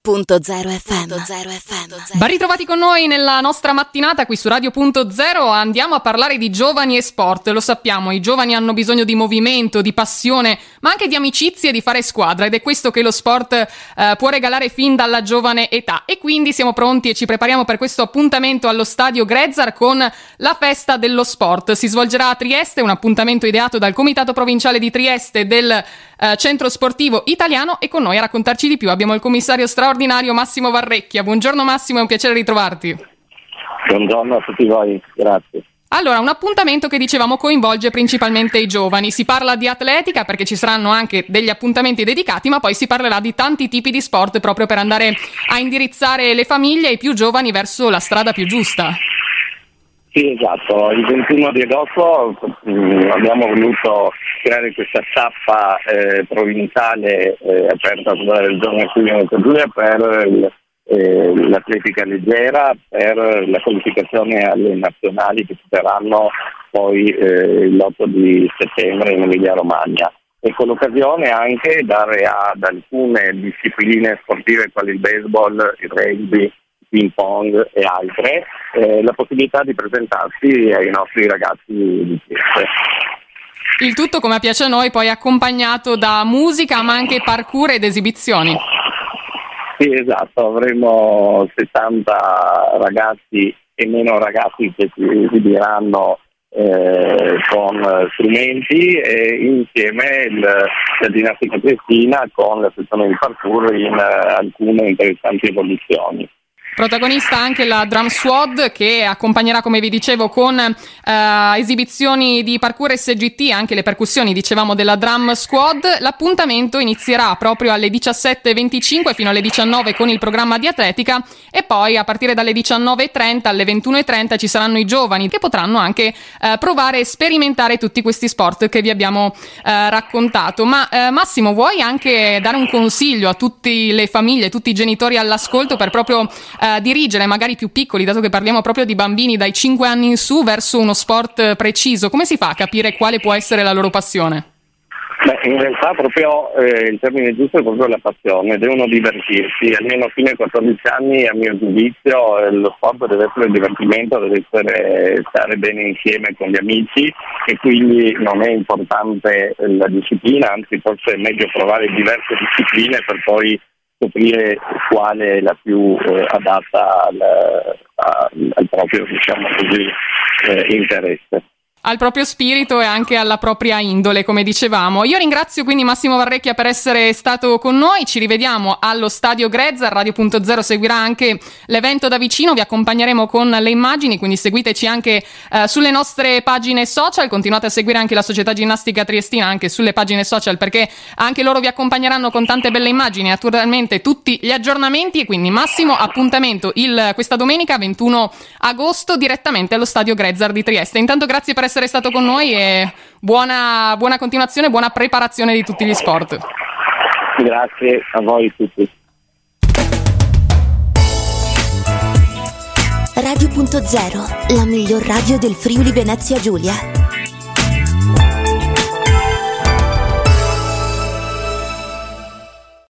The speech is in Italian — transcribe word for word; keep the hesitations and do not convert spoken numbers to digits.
Punto zero F M. Ben ritrovati con noi nella nostra mattinata qui su Radio Punto Zero. Andiamo a parlare di giovani e sport. Lo sappiamo, i giovani hanno bisogno di movimento, di passione, ma anche di amicizie e di fare squadra, ed è questo che lo sport eh, può regalare fin dalla giovane età. E quindi siamo pronti e ci prepariamo per questo appuntamento allo Stadio Grezzar con la festa dello sport. Si svolgerà a Trieste, un appuntamento ideato dal Comitato Provinciale di Trieste del eh, Centro Sportivo Italiano, e con noi a raccontarci di più abbiamo il commissario straordinario Massimo Varrecchia. Buongiorno Massimo, è un piacere ritrovarti. Buongiorno a tutti voi, grazie. Allora, un appuntamento che dicevamo coinvolge principalmente i giovani. Si parla di atletica perché ci saranno anche degli appuntamenti dedicati, ma poi si parlerà di tanti tipi di sport proprio per andare a indirizzare le famiglie e i più giovani verso la strada più giusta. Sì, esatto. Il ventuno di agosto mh, abbiamo voluto creare questa tappa eh, provinciale eh, aperta dal giorno Giulia Giulia per il, eh, l'atletica leggera, per la qualificazione alle nazionali che ci saranno poi eh, l'otto di settembre in Emilia Romagna. E con l'occasione anche dare ad alcune discipline sportive quali il baseball, il rugby, ping pong e altre, eh, la possibilità di presentarsi ai nostri ragazzi di Trieste. Il tutto, come piace a noi, poi accompagnato da musica, ma anche parkour ed esibizioni. Sì, esatto, avremo settanta ragazzi e meno ragazzi che si esibiranno eh, con strumenti, e insieme il, la ginnastica triestina con la sezione di parkour in uh, alcune interessanti evoluzioni. Protagonista anche la Drum Squad, che accompagnerà, come vi dicevo, con eh, esibizioni di parkour S G T, anche le percussioni, dicevamo, della Drum Squad. L'appuntamento inizierà proprio alle diciassette e venticinque fino alle diciannove con il programma di atletica, e poi a partire dalle diciannove e trenta alle ventuno e trenta ci saranno i giovani che potranno anche eh, provare e sperimentare tutti questi sport che vi abbiamo eh, raccontato. Ma eh, Massimo, vuoi anche dare un consiglio a tutte le famiglie, tutti i genitori all'ascolto, per proprio Uh, dirigere magari più piccoli, dato che parliamo proprio di bambini dai cinque anni in su, verso uno sport preciso? Come si fa a capire quale può essere la loro passione? Beh, in realtà proprio eh, il termine giusto è proprio la passione, devono divertirsi, almeno fino ai quattordici anni, a mio giudizio eh, lo sport deve essere divertimento, deve essere stare bene insieme con gli amici, e quindi non è importante la disciplina, anzi forse è meglio provare diverse discipline per poi scoprire quale è la più eh, adatta al, a, al proprio, diciamo così, eh, interesse. Al proprio spirito e anche alla propria indole, come dicevamo. Io ringrazio quindi Massimo Varrecchia per essere stato con noi. Ci rivediamo allo Stadio Grezzar. Radio Punto Zero seguirà anche l'evento da vicino, vi accompagneremo con le immagini, quindi seguiteci anche eh, sulle nostre pagine social. Continuate a seguire anche la Società Ginnastica Triestina anche sulle pagine social, perché anche loro vi accompagneranno con tante belle immagini, naturalmente tutti gli aggiornamenti. E quindi Massimo, appuntamento il, questa domenica ventuno agosto direttamente allo Stadio Grezzar di Trieste. Intanto grazie per essere stato con noi e buona, buona continuazione, buona preparazione di tutti gli sport. Grazie a voi tutti. Radio Punto Zero, la miglior radio del Friuli Venezia Giulia.